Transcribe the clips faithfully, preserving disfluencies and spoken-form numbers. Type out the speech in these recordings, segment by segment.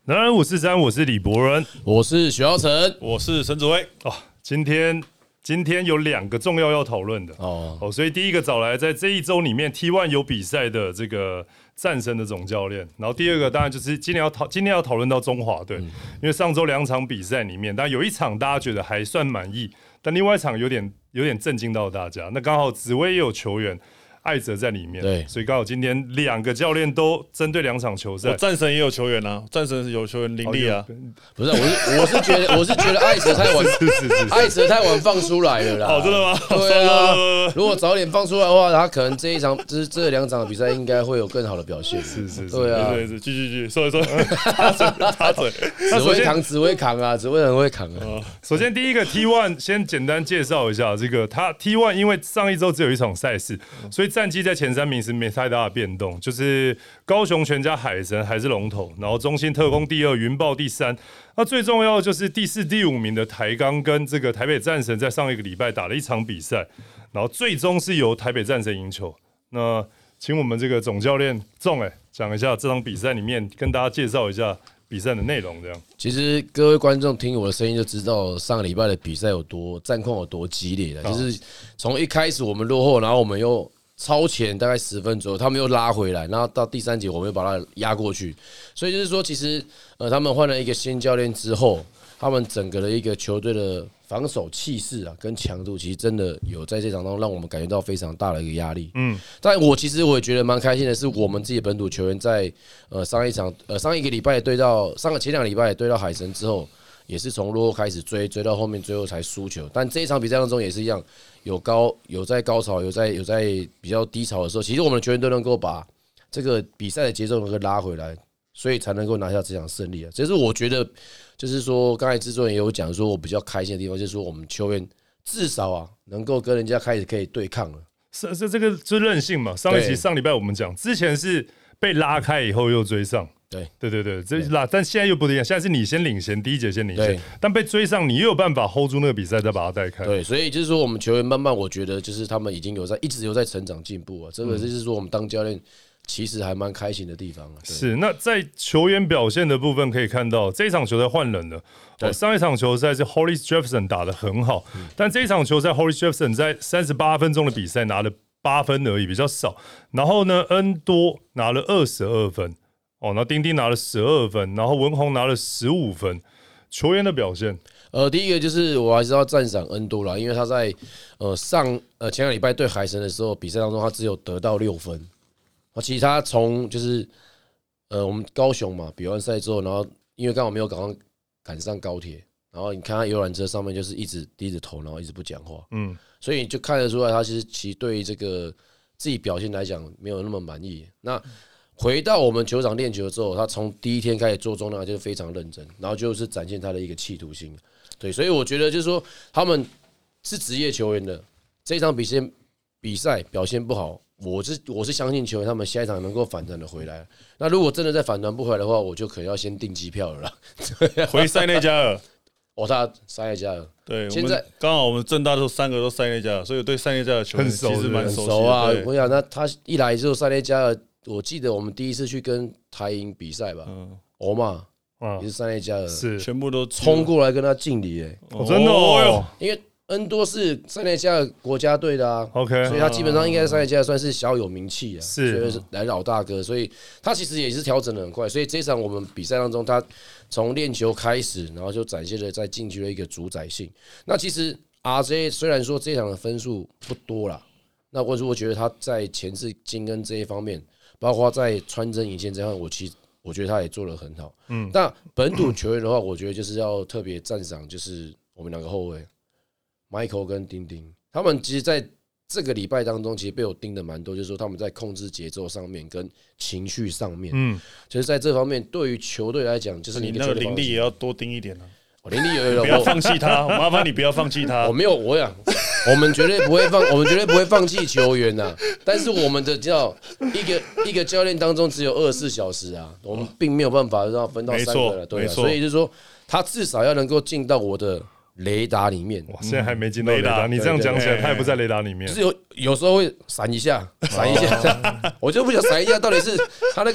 南人五四三，我是李博仁， 我是许耀成， 我是陈子威。 哦，今天今天有两个重要要讨论的哦哦，所以第一个找来在这一周里面 T 一 有比赛的这个战神的总教练，然后第二个当然就是今天要讨今天要讨论到中华队，嗯、因为上周两场比赛里面，但有一场大家觉得还算满意，但另外一场有点有点震惊到大家。那刚好紫薇也有球员。艾哲在里面， 对， 所以刚好今天两个教练都针对两场球赛。 战神也有球员啊，战神有球员林立啊， 不是，我是我是觉得我是觉得艾哲太晚， 是是是， 艾哲太晚放出来了啦。 哦，真的吗？ 对啊，如果早点放出来的话，他可能这一场就是这两场比赛应该会有更好的表现。 是是是， 对啊， 对对，继续继续说一说，插嘴插嘴， 只会扛只会扛啊，只会很会扛啊。 首先第一个 T 一 先简单介绍一下这个，他 T 一 因为上一周只有一场赛事，所以战绩在前三名是没太大的变动，就是高雄全家海神还是龙头，然后中信特攻第二，云豹第三。那最重要的就是第四、第五名的台钢跟这个台北战神在上一个礼拜打了一场比赛，然后最终是由台北战神赢球。那请我们这个总教练仲哎讲一下这场比赛里面，跟大家介绍一下比赛的内容。这样， 其实各位观众听我的声音就知道上个礼拜的比赛有多战况有多激烈了。哦、就是从一开始我们落后，然后我们又超前大概十分左右，他们又拉回来，然后到第三节我们又把它压过去，所以就是说，其实呃，他们换了一个新教练之后，他们整个的一个球队的防守气势啊，跟强度，其实真的有在这场当中让我们感觉到非常大的一个压力。嗯，但我其实我也觉得蛮开心的是，我们自己本土球员在呃上一场呃上一个礼拜对到上个前两个礼拜对到海神之后。也是从落后开始追，追到后面最后才输球。但这一场比赛当中也是一样，有高有在高潮，有在有在比较低潮的时候，其实我们的球员都能够把这个比赛的节奏能够拉回来，所以才能够拿下这场胜利啊。这是我觉得，就是说刚才制作人也有讲说，我比较开心的地方，就是说我们球员至少啊能够跟人家开始可以对抗了。 是是这个是韧性嘛？上一期上礼拜我们讲，之前是被拉开以后又追上。 对对对对，这拉，但现在又不一样，现在是你先领先，第一节先领先，但被追上，你又有办法 hold 住那个比赛，再把它带开。 对，所以就是说，我们球员慢慢，我觉得就是他们已经有在一直有在成长进步啊。这个就是说，我们当教练其实还蛮开心的地方啊。 是，那在球员表现的部分可以看到，这一场球赛换人了。哦、上一场球赛是 Hollis Jefferson 打得很好，嗯、但这一场球赛 Hollis Jefferson 在三十八分钟的比赛拿了八分而已，比较少。然后呢，恩多拿了二十二分。哦，然后丁丁拿了十二分，然后文宏拿了十五分。球员的表现， 呃，第一个就是我还是要赞赏恩多啦，因为他在呃上呃前个礼拜对海神的时候，比赛当中他只有得到六分。啊，其实他从就是呃我们高雄嘛比完赛之后，然后因为刚好没有赶上赶上高铁，然后你看他游览车上面就是一直低着头，然后一直不讲话，嗯，所以你就看得出来他其实其实对于这个自己表现来讲没有那么满意。那回到我们球场练球之后，他从第一天开始做中量就非常认真，然后就是展现他的一个企图心。对，所以我觉得就是说他们是职业球员的，这场比赛比赛表现不好，我是我是相信球员他们下一场能够反弹的回来。那如果真的再反弹不回来的话，我就可能要先订机票了啦。 回塞内加尔， 哦，他塞内加尔， 对，现在刚好我们正大都三个都塞内加尔，所以对塞内加尔球员其实蛮熟悉的啊。我想那他一来之后塞内加尔。我记得我们第一次去跟台银比赛吧，欧嘛，也是塞内加尔， 是全部都冲过来跟他敬礼哎， 哦，真的哦， 因为恩多是塞内加尔国家队的啊 ，OK， 所以他基本上应该塞内加尔算是小有名气啊， 是， 所以是来老大哥，所以他其实也是调整的很快，所以这场我们比赛当中，他从练球开始，然后就展现了在禁区的一个主宰性。那其实 R J 虽然说这场的分数不多啦，那我如果觉得他在前置进跟这一方面。包括在穿针引线这样，我其实我觉得他也做得很好。嗯，那本土球员的话，我觉得就是要特别赞赏，就是我们两个后卫 Michael 跟丁丁，他们其实在这个礼拜当中，其实被我盯的蛮多，就是说他们在控制节奏上面跟情绪上面，嗯，就是在这方面对于球队来讲，就是你那个林立也要多盯一点啊。 我林立有不要放弃他，麻烦你不要放弃他。 我没有，我想。我们绝对不会放，我们绝对不会放弃球员呐。但是我们的叫一个一个教练当中只有二十四小时啊，我们并没有办法让分到三个了，对啊。所以就是说，他至少要能够进到我的雷达里面。 哇，现在还没进到雷达，你这样讲起来，他也不在雷达里面。 就是有有时候会闪一下，闪一下，我就不想闪一下，到底是他那个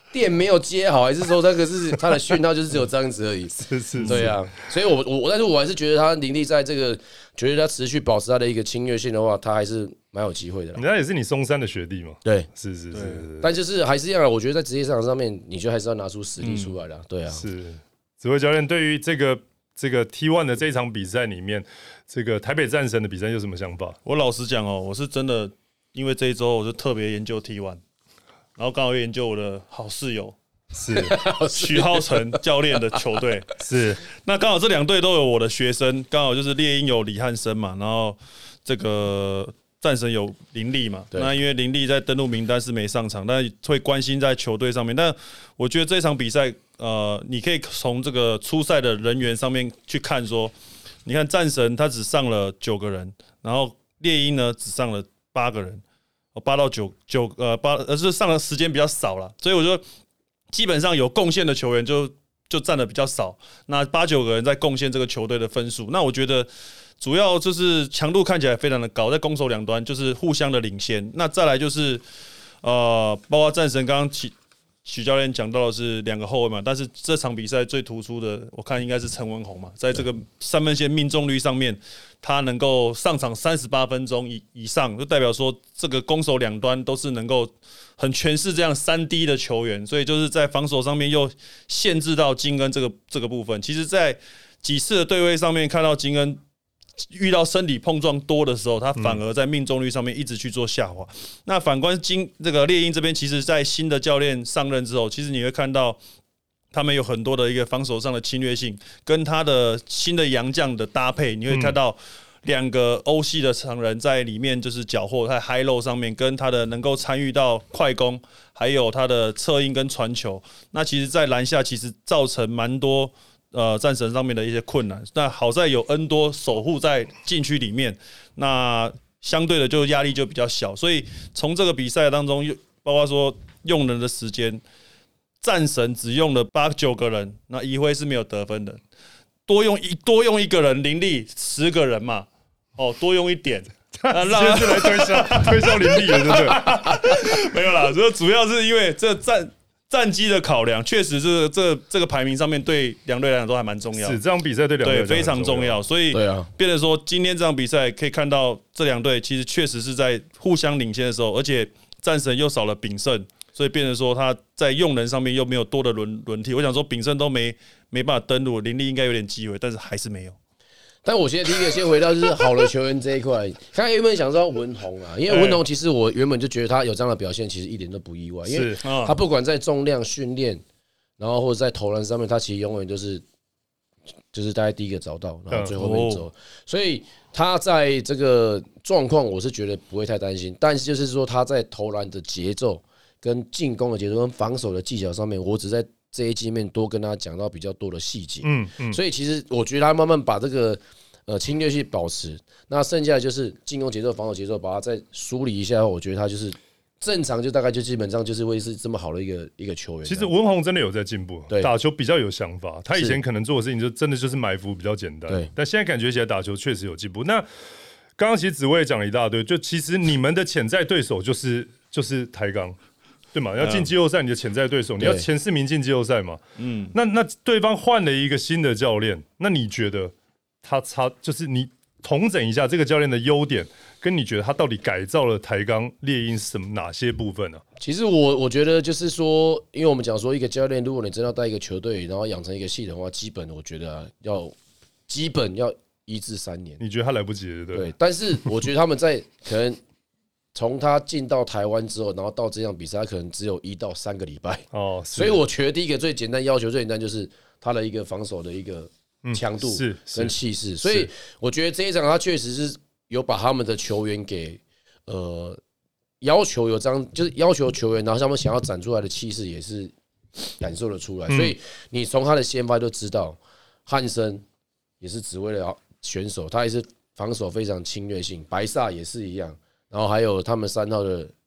电没有接好，还是说那个是他的讯号就是只有这样子而已？ 是是， 对啊，所以我我但是我还是觉得他林立在这个，觉得他持续保持他的一个侵略性的话，他还是蛮有机会的。 那也是你松山的学弟嘛？ 对， 是是是是。 但就是还是一样，我觉得在职业赛场上面，你就还是要拿出实力出来的。对啊， 是。指挥教练对于这个这个 T 一 的这一场比赛里面，这个台北战神的比赛有什么想法？ 我老实讲哦，我是真的因为这一周我就特别研究 T 一，然后刚好研究我的好室友是许浩成教练的球队是， 那刚好这两队都有我的学生，刚好就是猎鹰有李汉生嘛，然后这个战神有林立嘛，那因为林立在登录名单是没上场，但会关心在球队上面。但我觉得这场比赛，呃，你可以从这个初赛的人员上面去看说，你看战神他只上了九个人，然后猎鹰呢只上了八个人，八到九九呃八，而是上的时间比较少了，所以我说基本上有贡献的球员就就占的比较少，那八九个人在贡献这个球队的分数，那我觉得。主要就是强度看起来非常的高，在攻守两端就是互相的领先。那再来就是，呃，包括战神刚刚许许教练讲到的是两个后卫嘛，但是这场比赛最突出的，我看应该是陈文宏嘛，在这个三分线命中率上面，他能够上场三十八分钟以以上，就代表说这个攻守两端都是能够很诠释这样三 D 的球员，所以就是在防守上面又限制到金恩这个这个部分。其实，在几次的对位上面看到金恩。遇到身体碰撞多的时候，他反而在命中率上面一直去做下滑。嗯、那反观金这个猎鹰这边，其实在新的教练上任之后，其实你会看到他们有很多的一个防守上的侵略性，跟他的新的洋将的搭配，你会看到两个欧系的常人在里面就是缴获在 high low 上面，跟他的能够参与到快攻，还有他的策应跟传球。那其实，在篮下其实造成蛮多。呃，战神上面的一些困难，那好在有 N 多守护在禁区里面，那相对的就压力就比较小，所以从这个比赛当中，包括说用人的时间，战神只用了八九个人，那一辉是没有得分的，多用一多用一个人，林立十个人嘛，哦，多用一点。 啊，直接是来推销推销林立的，对不对？ 没有啦，这主要是因为这战。战绩的考量，确实是这个这个排名上面对两队来讲都还蛮重要。 是这场比赛对两队非常重要，所以对啊， 变成说今天这场比赛可以看到这两队其实确实是在互相领先的时候，而且战神又少了炳胜，所以变成说他在用人上面又没有多的轮轮替。我想说炳胜都没没办法登陆，林立应该有点机会，但是还是没有。 但我现在第一个先回到就是好的球员这一块，刚才原本想说文宏啊，因为文宏其实我原本就觉得他有这样的表现，其实一点都不意外，因为他不管在重量训练，然后或者在投篮上面，他其实永远都是就是大概第一个找到，然后最后面走，所以他在这个状况我是觉得不会太担心，但是就是说他在投篮的节奏、跟进攻的节奏、跟防守的技巧上面，我只在。这一季面多跟他讲到比较多的细节，嗯嗯，所以其实我觉得他慢慢把这个呃侵略性保持，那剩下的就是进攻节奏、防守节奏，把它再梳理一下，我觉得他就是正常，就大概就基本上就是会是这么好的一个一个球员。 其实文宏真的有在进步，打球比较有想法。他以前可能做的事情就真的就是埋伏比较简单，对，但现在感觉起来打球确实有进步。那刚刚其实紫薇也讲了一大堆，就其实你们的潜在对手就是就是台钢。对嘛？要进季后赛，你的潜在对手，你要前四名进季后赛嘛？嗯，那那对方换了一个新的教练，那你觉得他差就是你统整一下这个教练的优点，跟你觉得他到底改造了台钢猎鹰什么哪些部分呢、啊？ 其实我我觉得就是说，因为我们讲说一个教练，如果你真要带一个球队，然后养成一个系统的话，基本我觉得、啊、要基本要一至三年。 你觉得他来不及了，对？ 对，但是我觉得他们在可能。从他进到台湾之后，然后到这场比赛，他可能只有一到三个礼拜哦，所以我觉得第一个最简单要求最简单就是他的一个防守的一个强度跟气势，所以我觉得这一场他确实是有把他们的球员给呃要求有这样，就是要求球员，然后他们想要展出来的气势也是感受得出来，所以你从他的先发就知道，汉森也是只为了选手，他也是防守非常侵略性，白萨也是一样。然后还有他们三号的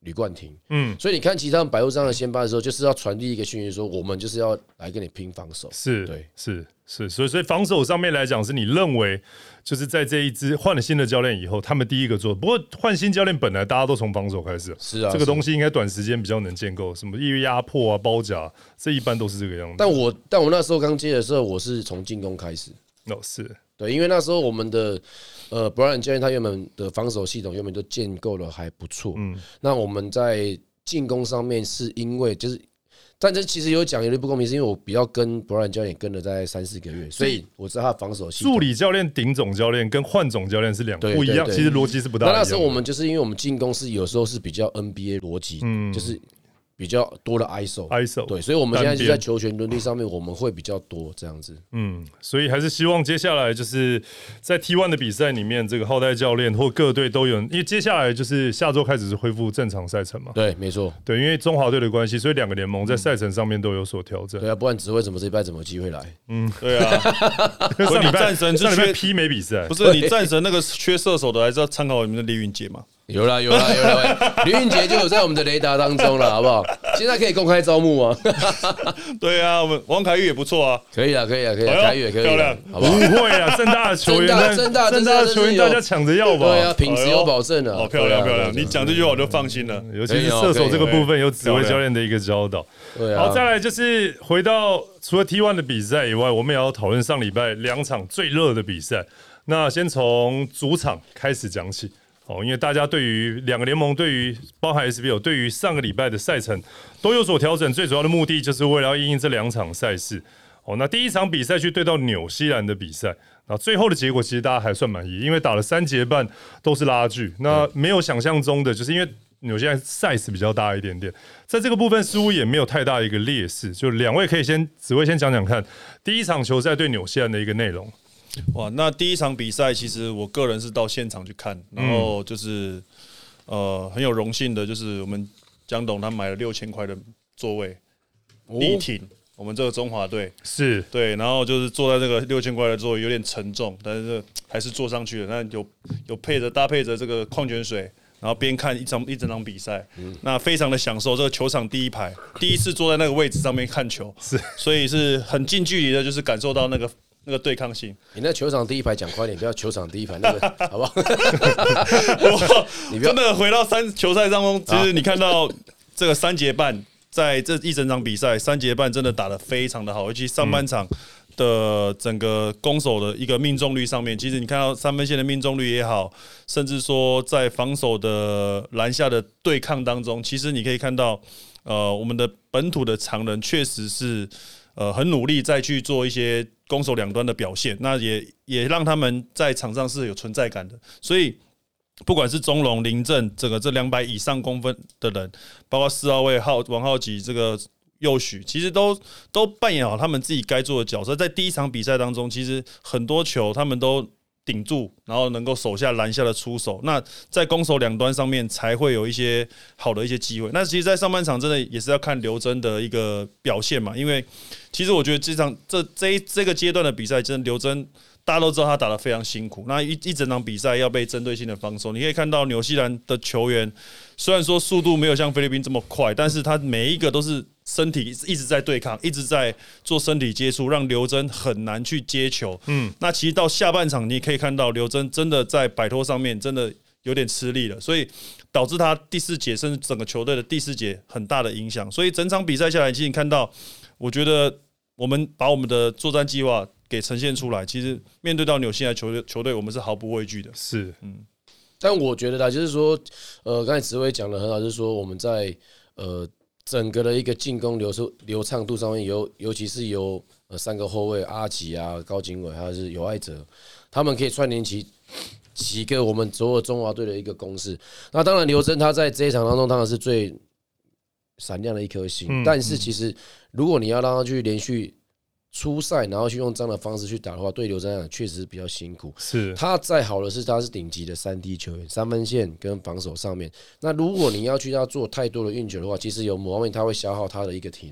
吕冠廷，嗯，所以你看，其实他们摆出这样的先发的时候，就是要传递一个讯息，说我们就是要来跟你拼防守， 是， 对， 是是，所以所以防守上面来讲，是你认为就是在这一支换了新的教练以后，他们第一个做。不过换新教练本来大家都从防守开始， 是啊， 这个东西应该短时间比较能建构，什么压迫啊、包夹，这一般都是这个样子。 但我但我那时候刚接的时候，我是从进攻开始， 哦，是对，因为那时候我们的呃 Brian 教练他原本的防守系统原本就建构的还不错，嗯，那我们在进攻上面是因为就是，但这其实有讲有点不公平，是因为我比较跟 Brian 教练跟了大概三四个月，所以我知道他的防守系统。 助理教练顶总教练跟换总教练是两不一样，其实逻辑是不大一样的。 那那时候我们就是因为我们进攻是有时候是比较 N B A 逻辑，嗯，就是比较多的 I S O，I S O 对，所以我们现在是在球权轮替上面我们会比较多这样子。 嗯，所以还是希望接下来就是在 T 一 的比赛里面，这个浩代教练或各队都有，因为接下来就是下周开始是恢复正常赛程嘛。 对，没错。 对，因为中华队的关系，所以两个联盟在赛程上面都有所调整。 对啊，不然指挥怎么这礼拜怎么有机会来？ 嗯，对啊。 上礼拜战神上礼拜 P 没比赛， 不是你战神那个缺射手的，还是要参考你们的李允杰嘛？ 有啦有啦有啦，吕运杰就有在我们的雷达当中了，好不好？现在可以公开招募吗？ 对啊，我们王凯玉也不错啊， 可以啊，可以啊，可以啊，凯玉也可以， 漂亮， 好不好？ 不会啊，正大的球员， 正大正大的球员，大家抢着要吧？ 对啊，品质有保证啊， 好漂亮漂亮，你讲这句话我就放心了， 尤其是射手这个部分有指挥教练的一个教导。 对啊， 好，再来就是回到除了 T 一 的比赛以外，我们也要讨论上礼拜两场最热的比赛。那先从主场开始讲起。哦，因为大家对于两个联盟，对于包含 S B O， 对于上个礼拜的赛程都有所调整，最主要的目的就是为了要因应这两场赛事。哦，那第一场比赛去对到纽西兰的比赛，那最后的结果其实大家还算满意，因为打了三节半都是拉锯，那没有想象中的，就是因为纽西兰 size 比较大一点点，在这个部分似乎也没有太大的一个劣势。就两位可以先，只会先讲讲看第一场球赛对纽西兰的一个内容。 哇，那第一场比赛其实我个人是到现场去看，然后就是、嗯、呃很有荣幸的，就是我们江董他买了六千块的座位，力挺、哦、我们这个中华队是对， 然后就是坐在这个六千块的座位有点沉重，但是还是坐上去了。那有有配着搭配着这个矿泉水，然后边看一场一整场比赛、嗯，那非常的享受。这个球场第一排，第一次坐在那个位置上面看球，是，所以是很近距离的，就是感受到那个。那个对抗性， 你那球场第一排讲快点，不要球场第一排那个，好不好？ 你真的回到三球赛当中，其实你看到这个三节半，在这一整场比赛，三节半真的打得非常的好，尤其上半场的整个攻守的一个命中率上面，其实你看到三分线的命中率也好，甚至说在防守的篮下的对抗当中，其实你可以看到，呃，我们的本土的常人确实是。呃，很努力再去做一些攻守两端的表现，那也也让他们在场上是有存在感的。所以，不管是中龙、林振，这个这两百以上公分的人，包括四号位浩王浩吉，这个佑许，其实都都扮演好他们自己该做的角色。在第一场比赛当中，其实很多球他们都顶住，然后能够守下篮下的出手。那在攻守两端上面才会有一些好的一些机会。那其实，在上半场真的也是要看刘真的一个表现嘛，因为其实我觉得这场这这一这个阶段的比赛，真的刘真大家都知道他打得非常辛苦。那一一整场比赛要被针对性的防守，你可以看到纽西兰的球员虽然说速度没有像菲律宾这么快，但是他每一个都是身体一直在对抗，一直在做身体接触，让刘真很难去接球。嗯，那其实到下半场，你可以看到刘真真的在摆脱上面真的有点吃力了，所以导致他第四节甚至整个球队的第四节很大的影响。所以整场比赛下来，其实你看到，我觉得我们把我们的作战计划给呈现出来，其实面对到纽西兰球队，球队我们是毫不畏惧的。 是， 嗯。但我觉得啦，就是说，呃，刚才紫薇讲的很好，就是说我们在呃整个的一个进攻流速流畅度上面有，尤其是由呃三个后卫阿吉啊、高景伟还有是有爱哲，他们可以串联起几个我们所有中华队的一个攻势。那当然，刘真他在这一场当中当然是最闪亮的一颗星，嗯、但是其实如果你要让他去连续出赛，然后去用这样的方式去打的话，对刘真来讲确实比较辛苦。 是他再好的是他是顶级的三 D 球员，三分线跟防守上面。那如果你要去要做太多的运球的话，其实有某方面他会消耗他的一个体能。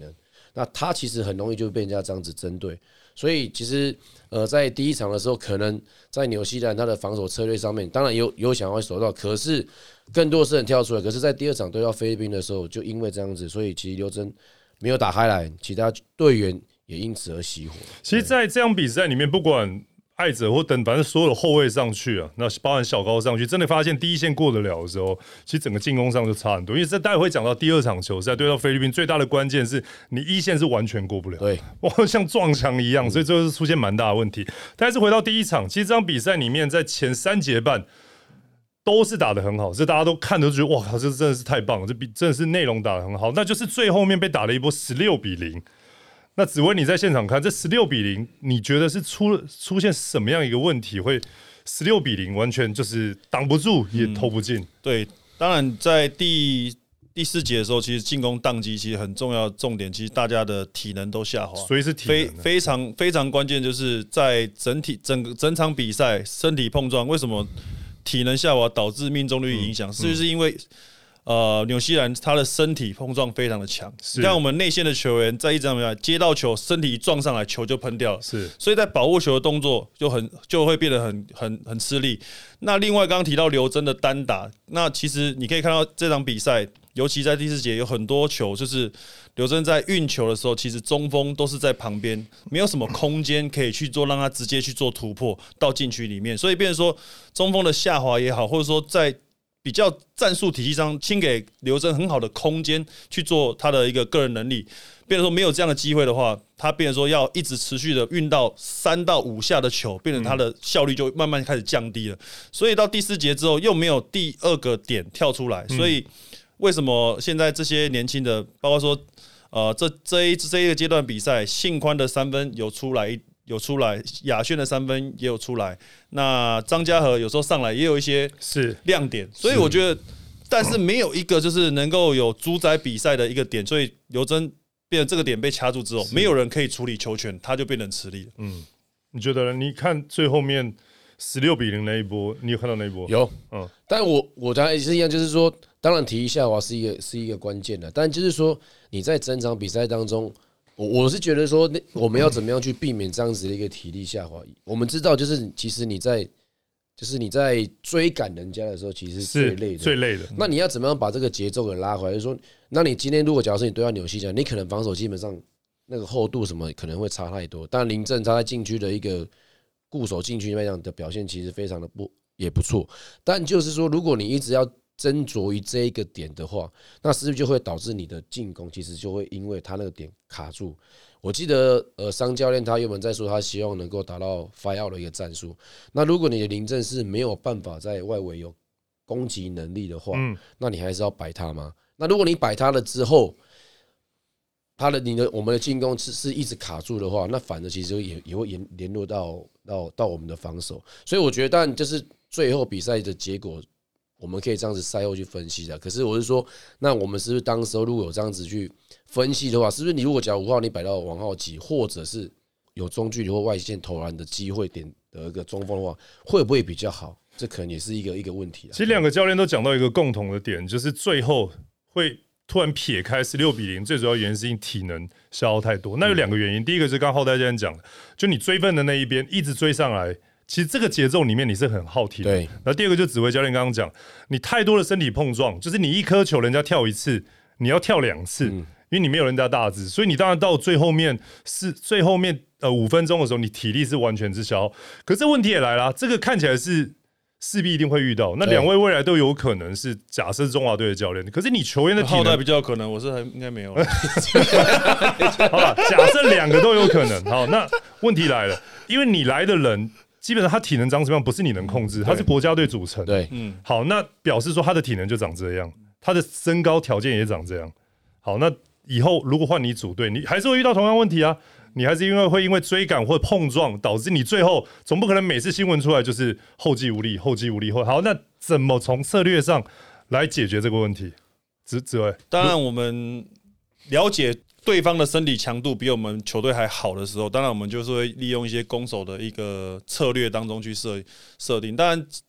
那他其实很容易就被人家这样子针对。所以其实呃，在第一场的时候，可能在纽西兰他的防守策略上面，当然有有想要守到，可是更多是人跳出来。可是，在第二场对到菲律宾的时候，就因为这样子，所以其实刘真没有打开来，其他队员也因此而熄火。 其实，在这场比赛里面，不管艾哲或等，反正所有的后卫上去啊，那包含小高上去，真的发现第一线过得了的时候，其实整个进攻上就差很多。因为这待会会讲到第二场球赛对到菲律宾，最大的关键是你一线是完全过不了， 对， 哇，像撞墙一样，所以这就是出现蛮大的问题。但是回到第一场，其实这场比赛里面，在前三节半都是打得很好，这大家都看都觉得哇靠，这真的是太棒了，这比真的是内容打得很好。那就是最后面被打了一波十六比零。那子文你在现场看这十六比零，你觉得是出了出现什么样一个问题，会十六比零完全就是挡不住也投不进、嗯？ 对，当然在第第四节的时候，其实进攻宕机，其实很重要的重点，其实大家的体能都下滑， 所以是体能非非常非常关键，就是在整体整个整场比赛身体碰撞，为什么体能下滑导致命中率影响？是不是因为？呃，纽西兰他的身体碰撞非常的强，你看我们内线的球员在一场比赛接到球，身体一撞上来，球就喷掉了， 是， 所以在保护球的动作就很就会变得很很很吃力。那另外刚刚提到刘真的单打，那其实你可以看到这场比赛，尤其在第四节有很多球，就是刘真在运球的时候，其实中锋都是在旁边，没有什么空间可以去做，让他直接去做突破到禁区里面，所以变成说中锋的下滑也好，或者说在比较战术体系上，清给刘真很好的空间去做他的一个个人能力。变成说没有这样的机会的话，他变成说要一直持续的运到三到五下的球，变成他的效率就慢慢开始降低了。所以到第四节之后又没有第二个点跳出来，所以为什么现在这些年轻的，包括说呃这这一这一个阶段比赛，信宽的三分有出来。有出来，亚轩的三分也有出来，那张家和有时候上来也有一些亮点，所以我觉得，但是没有一个就是能够有主宰比赛的一个点，所以刘真变成这个点被掐住之后，没有人可以处理球权，他就变成吃力了。 嗯，你觉得呢？你看最后面十六比零那一波，你有看到那一波？ 有，嗯，但我我当然也是一样，就是说，当然体育下滑是一个是一个关键的，但就是说你在整场比赛当中。我是觉得说，我们要怎么样去避免这样子的一个体力下滑？我们知道，就是其实你在，就是你在追赶人家的时候，其实是最累的， 最累的。 那你要怎么样把这个节奏给拉回来？就是说，那你今天如果假如说你对到纽西兰，你可能防守基本上那个厚度什么可能会差太多。但林振他在禁区的一个固守禁区那样的表现，其实非常的不也不错。但就是说，如果你一直要斟酌于这一个点的话，那是不是就会导致你的进攻其实就会因为他那个点卡住？我记得呃，桑教练他原本在说他希望能够达到 five out 的一个战术。那如果你的林振是没有办法在外围有攻击能力的话，嗯，那你还是要摆他吗？那如果你摆他了之后，他的你的我们的进攻是是一直卡住的话，那反而其实也也会联联络到到到我们的防守。所以我觉得，但就是最后比赛的结果。我们可以这样子赛后去分析的，可是我是说，那我们是不是当时候如果有这样子去分析的话，是不是你如果假如五号你摆到王浩吉，或者是有中距离或外线投篮的机会点的一个中锋的话，会不会比较好？这可能也是一个一个问题。 其实两个教练都讲到一个共同的点，就是最后会突然撇开十六比零，最主要原因是因体能消耗太多。那有两个原因，第一个是刚刚浩代教练讲的，就你追分的那一边一直追上来。其实这个节奏里面你是很耗体的。然后第二个就指挥教练刚刚讲，你太多的身体碰撞，就是你一颗球人家跳一次，你要跳两次，因为你没有人家大只，所以你当然到最后面是最后面呃五分钟的时候，你体力是完全之消耗。可是这问题也来了，这个看起来是势必一定会遇到。那两位未来都有可能是假设是中华队的教练，可是你球员的体能后代比较有可能，我是还应该没有。 好了，假设两个都有可能，好，那问题来了，因为你来的人。基本上他体能长什么样不是你能控制，他是国家队组成。 对， 嗯，好，那表示说他的体能就长这样，他的身高条件也长这样。好，那以后如果换你组队，你还是会遇到同样问题啊。你还是因为会因为追赶或碰撞，导致你最后总不可能每次新闻出来就是后继无力，后继无力。好，那怎么从策略上来解决这个问题？子子伟， 当然我们了解。对方的身体强度比我们球队还好的时候，当然我们就是会利用一些攻守的一个策略当中去设设定。当然，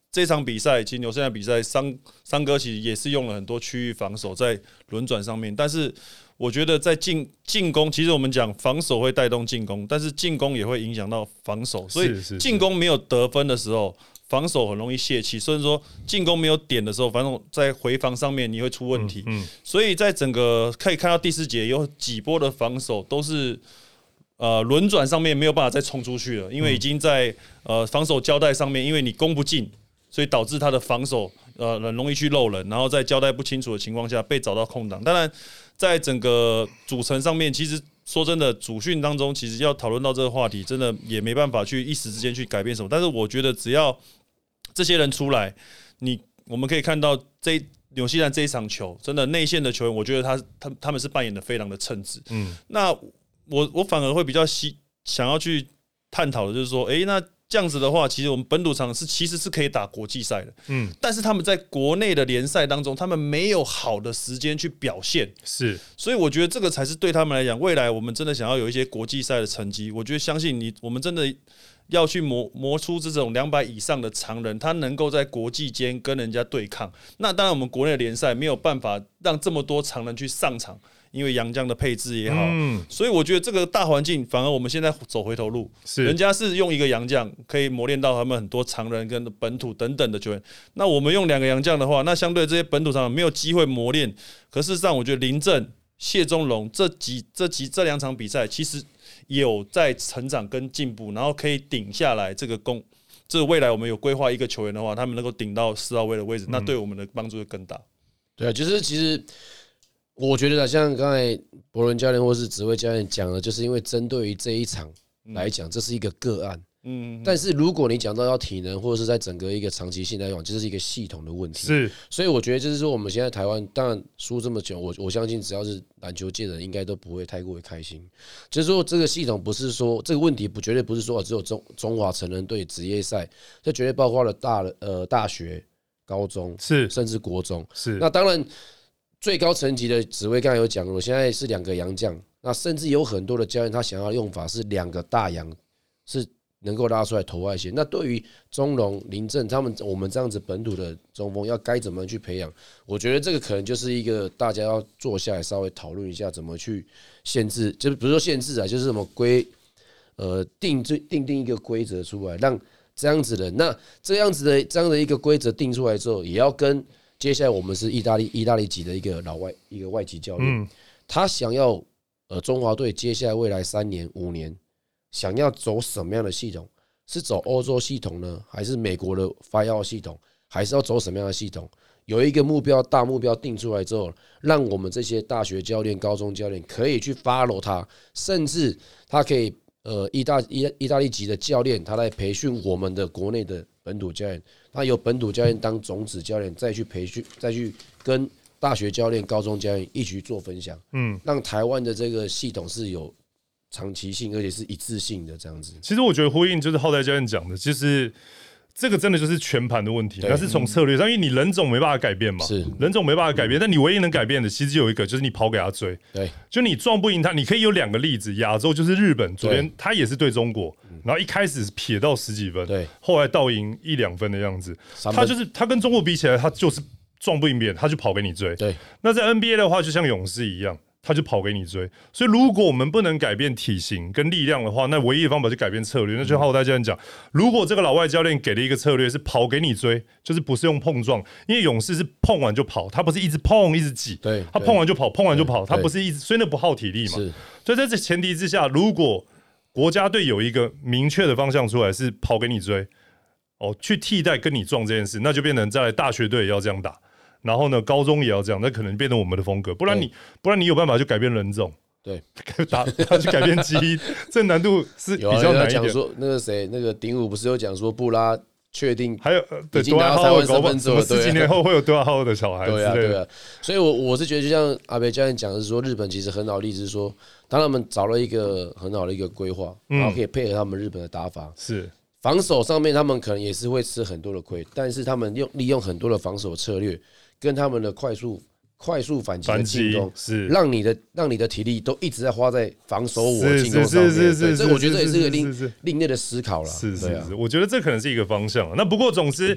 这场比赛，其实纽西兰比赛，桑桑哥其实也是用了很多区域防守在轮转上面，但是我觉得在进进攻，其实我们讲防守会带动进攻，但是进攻也会影响到防守，所以进攻没有得分的时候，防守很容易泄气，所以说进攻没有点的时候，反正在回防上面你会出问题。嗯嗯、所以在整个可以看到第四节有几波的防守都是。呃，轮转上面没有办法再冲出去了，因为已经在呃防守交代上面，因为你攻不进，所以导致他的防守呃很容易去漏人，然后在交代不清楚的情况下被找到空档。当然，在整个组成上面，其实说真的，主训当中其实要讨论到这个话题，真的也没办法去一时之间去改变什么。但是我觉得，只要这些人出来，你我们可以看到这纽西兰这一场球，真的内线的球员，我觉得他他他们是扮演的非常的称职。嗯，那。我我反而会比较想要去探讨的，就是说，哎、欸，那这样子的话，其实我们本土场是其实是可以打国际赛的，嗯，但是他们在国内的联赛当中，他们没有好的时间去表现， 是， 所以我觉得这个才是对他们来讲，未来我们真的想要有一些国际赛的成绩，我觉得相信你，我们真的要去磨磨出这种两百以上的常人，他能够在国际间跟人家对抗。那当然，我们国内的联赛没有办法让这么多常人去上场。因为洋将的配置也好，嗯、所以我觉得这个大环境反而我们现在走回头路，是人家是用一个洋将可以磨练到他们很多常人跟本土等等的球员，那我们用两个洋将的话，那相对这些本土常人没有机会磨练。可事实上，我觉得林振、谢宗龙这几这几这两场比赛其实有在成长跟进步，然后可以顶下来这个攻。这个未来我们有规划一个球员的话，他们能够顶到四号位的位置，那对我们的帮助会更大。 对啊，就是其实。我觉得像刚才博伦教练或是指挥教练讲的，就是因为针对于这一场来讲，这是一个个案。嗯，但是如果你讲到要体能或者是在整个一个长期性来讲，就是一个系统的问题。 是， 所以我觉得就是说，我们现在台湾当然输这么久，我我相信只要是篮球界的人，应该都不会太过于开心。就是说，这个系统不是说这个问题不绝对不是说只有中中华成人队职业赛，这绝对包括了大呃大学、高中是， 甚至国中是。 那当然。最高层级的指挥刚才有讲了，我现在是两个洋将，那甚至有很多的教练他想要用法是两个大洋，是能够拉出来投外线。那对于中龙、林振他们，我们这样子本土的中锋要该怎么去培养？我觉得这个可能就是一个大家要坐下来稍微讨论一下，怎么去限制，就是不是说限制啊，就是什么规呃定定定一个规则出来，让这样子的那这样子的这样的一个规则定出来之后，也要跟。接下来我们是意大利意大利籍的一个老外一个外籍教练，嗯、他想要呃中华队接下来未来三年五年想要走什么样的系统？是走欧洲系统呢，还是美国的发药系统？还是要走什么样的系统？有一个目标大目标定出来之后，让我们这些大学教练、高中教练可以去 follow 他，甚至他可以呃意大意意大利籍的教练，他来培训我们的国内的本土教练。他由本土教练当种子教练，再去培训，再去跟大学教练、高中教练一起做分享，嗯，让台湾的这个系统是有长期性，而且是一致性的这样子。 其实我觉得呼应就是浩代教练讲的，就是这个真的就是全盘的问题，那是从策略上，因为你人种没办法改变嘛，是人种没办法改变，但你唯一能改变的，其实就有一个，就是你跑给他追，对，就你撞不赢他，你可以有两个例子，亚洲就是日本，昨天他也是对中国。然后一开始撇到十几分，对，后来倒赢一两分的样子。他就是他跟中国比起来，他就是撞不赢别人，他就跑给你追。对，那在 N B A 的话，就像勇士一样，他就跑给你追。所以如果我们不能改变体型跟力量的话，那唯一的方法就改变策略。那就浩代教练讲，如果这个老外教练给了一个策略是跑给你追，就是不是用碰撞，因为勇士是碰完就跑，他不是一直碰一直挤，对，他碰完就跑，碰完就跑，他不是一直，所以那不耗体力嘛。所以在这前提之下，如果国家队有一个明确的方向出来，是跑给你追，哦，去替代跟你撞这件事，那就变成在大学队也要这样打，然后呢，高中也要这样，那可能变成我们的风格。不然你，不然你有办法去改变人种，对，打他去改变基因，这难度是比较难一点。 讲说那个谁，那个鼎武不是有讲说布拉确定还有对多亚号的搞不好，什么十几年后会有多亚号的小孩之类的。 对啊，对啊。所以我我是觉得，就像阿北教练讲的是说，日本其实很好的例子是说。当他们找了一个很好的一个规划，然后可以配合他们日本的打法，是防守上面他们可能也是会吃很多的亏，但是他们用利用很多的防守策略，跟他们的快速快速反击的进攻，是让你的让你的体力都一直在花在防守我进攻上面。是是是，这我觉得这也是一个另另类的思考了。 是是是，我觉得这可能是一个方向。那不过总之。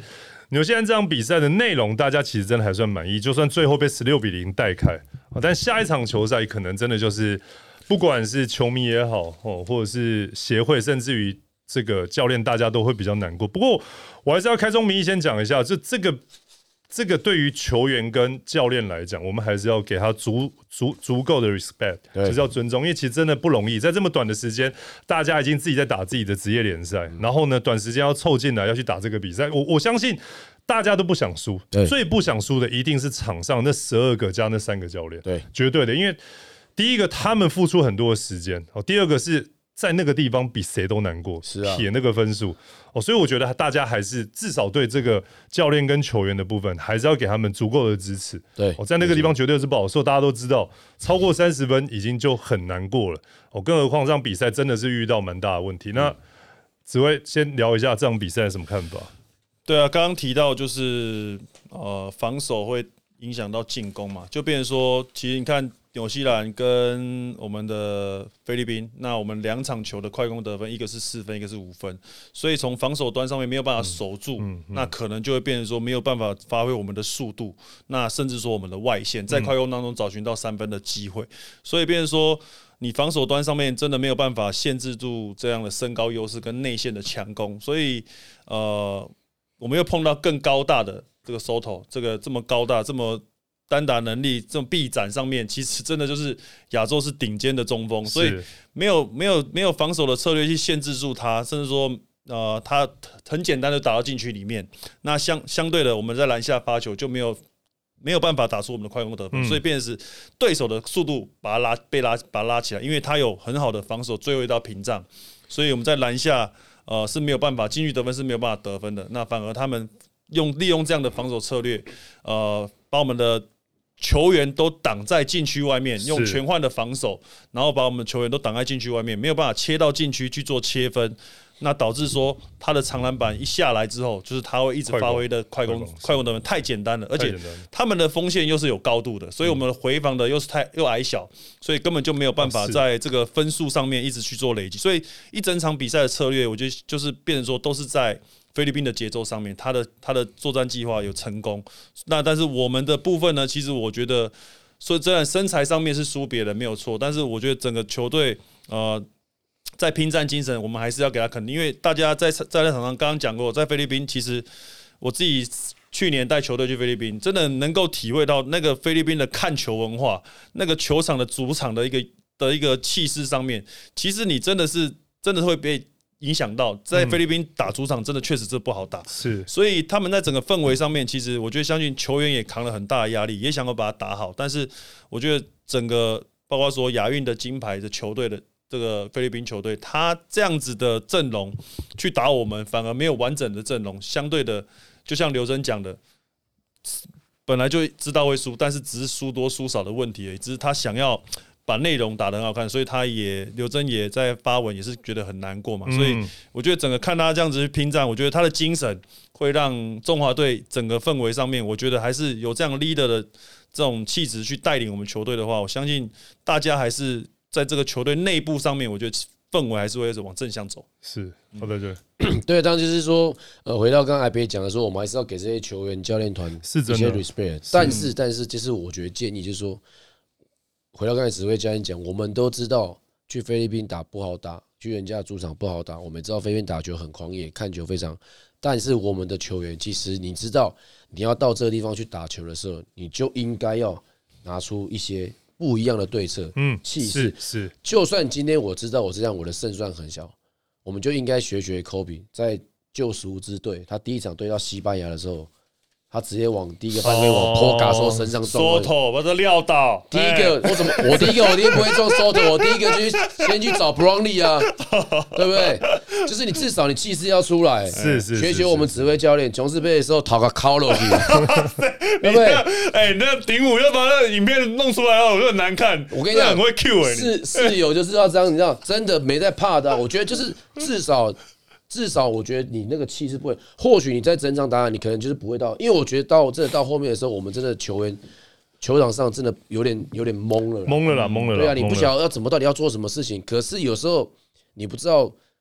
纽西兰这场比赛的内容，大家其实真的还算满意，就算最后被十六比零带开，但下一场球赛可能真的就是不管是球迷也好，或者是协会，甚至于这个教练，大家都会比较难过。不过我还是要开宗明义先讲一下，就这个。这个对于球员跟教练来讲，我们还是要给他足足足够的 respect， 就是要尊重，因为其实真的不容易，在这么短的时间，大家已经自己在打自己的职业联赛，然后呢，短时间要凑进来要去打这个比赛，我我相信大家都不想输，最不想输的一定是场上那十二个加那三个教练，对，绝对的，因为第一个他们付出很多的时间，第二个是。在那个地方比谁都难过，是啊，铁那个分数哦，所以我觉得大家还是至少对这个教练跟球员的部分，还是要给他们足够的支持。对，哦，在那个地方绝对是不好受，大家都知道，超过三十分已经就很难过了哦，更何况这场比赛真的是遇到蛮大的问题。那子威先聊一下这场比赛有什么看法？ 对啊，刚刚提到就是呃防守会影响到进攻嘛，就变成说，其实你看。纽西兰跟我们的菲律宾，那我们两场球的快攻得分，一个是四分，一个是五分，所以从防守端上面没有办法守住，嗯嗯嗯、那可能就会变成说没有办法发挥我们的速度，那甚至说我们的外线在快攻当中找寻到三分的机会，所以变成说你防守端上面真的没有办法限制住这样的身高优势跟内线的强攻，所以呃，我们又碰到更高大的这个 Soto， 这个这么高大这么。单打能力，这种臂展上面，其实真的就是亚洲是顶尖的中锋，所以没有没有没有防守的策略去限制住他，甚至说，呃，他很简单的打到禁区里面。那相相对的，我们在篮下发球就没有没有办法打出我们的快攻得分，嗯、所以变成是对手的速度把他拉被拉把他拉起来，因为他有很好的防守最后一道屏障，所以我们在篮下呃是没有办法禁区得分是没有办法得分的。那反而他们用利用这样的防守策略，呃，把我们的球员都挡在禁区外面，用全换的防守，然后把我们球员都挡在禁区外面，没有办法切到禁区去做切分，那导致说他的长篮板一下来之后，就是他会一直发挥的快攻快攻得分太简单了，而且他们的锋线又是有高度的，所以我们的回防的又是太又矮小，所以根本就没有办法在这个分数上面一直去做累积，所以一整场比赛的策略，我觉得就是变成说都是在。菲律宾的节奏上面，他的他的作战计划有成功，那但是我们的部分呢？其实我觉得，所以虽然身材上面是输别人没有错，但是我觉得整个球队呃，在拼战精神，我们还是要给他肯定，因为大家在在那场上刚刚讲过，在菲律宾，其实我自己去年带球队去菲律宾，真的能够体会到那个菲律宾的看球文化，那个球场的主场的一个的一个气势上面，其实你真的是真的会被。影响到在菲律宾打主场真的确实是不好打，是，所以他们在整个氛围上面，其实我觉得相信球员也扛了很大的压力，也想要把它打好。但是我觉得整个包括说亚运的金牌的球队的这个菲律宾球队，他这样子的阵容去打我们，反而没有完整的阵容，相对的，就像刘真讲的，本来就知道会输，但是只是输多输少的问题而已，只是他想要。把内容打得很好看，所以他也刘真也在发文，也是觉得很难过嘛。嗯、所以我觉得整个看他这样子去拼战，我觉得他的精神会让中华队整个氛围上面，我觉得还是有这样 leader 的这种气质去带领我们球队的话，我相信大家还是在这个球队内部上面，我觉得氛围还是会往正向走。 是，好的，对， 对，当然就是说，呃，回到刚刚 I B 讲的说，我们还是要给这些球员、教练团一些 respect， 但是，但是，就是我觉得建议就是说。回到刚才指挥教练讲，我们都知道去菲律宾打不好打，去人家的主场不好打。我们知道菲律宾打球很狂野，看球非常，但是我们的球员其实你知道，你要到这个地方去打球的时候，你就应该要拿出一些不一样的对策，嗯，气势是。就算今天我知道我这样，我的胜算很小，我们就应该学学科比，在救赎之队，他第一场对到西班牙的时候。他直接往第一个犯规往波嘎索身上撞 ，Soto 把他撂倒。 第一个我怎么我第一个我一定不会撞 Soto， 我第一个就先去找 Brownlee 啊，对不对？就是你至少你气势要出来， 是是学学我们指挥教练琼斯杯的时候讨个 call 落去，对不对？ 哎，那顶武要把那影片弄出来哦，我就很难看。 我跟你讲， 很会 Q 哎， 室室友就是要这样，你知道，真的没在怕的。我觉得就是至少。至少我觉得你那个气势不会，或许你在整场打，你可能就是不会到，因为我觉得到真的到后面的时候，我们真的球员球场上真的有点有点懵了， 懵了啦，懵了啦。 对啊，你不晓得要怎么到底要做什么事情，可是有时候你不知道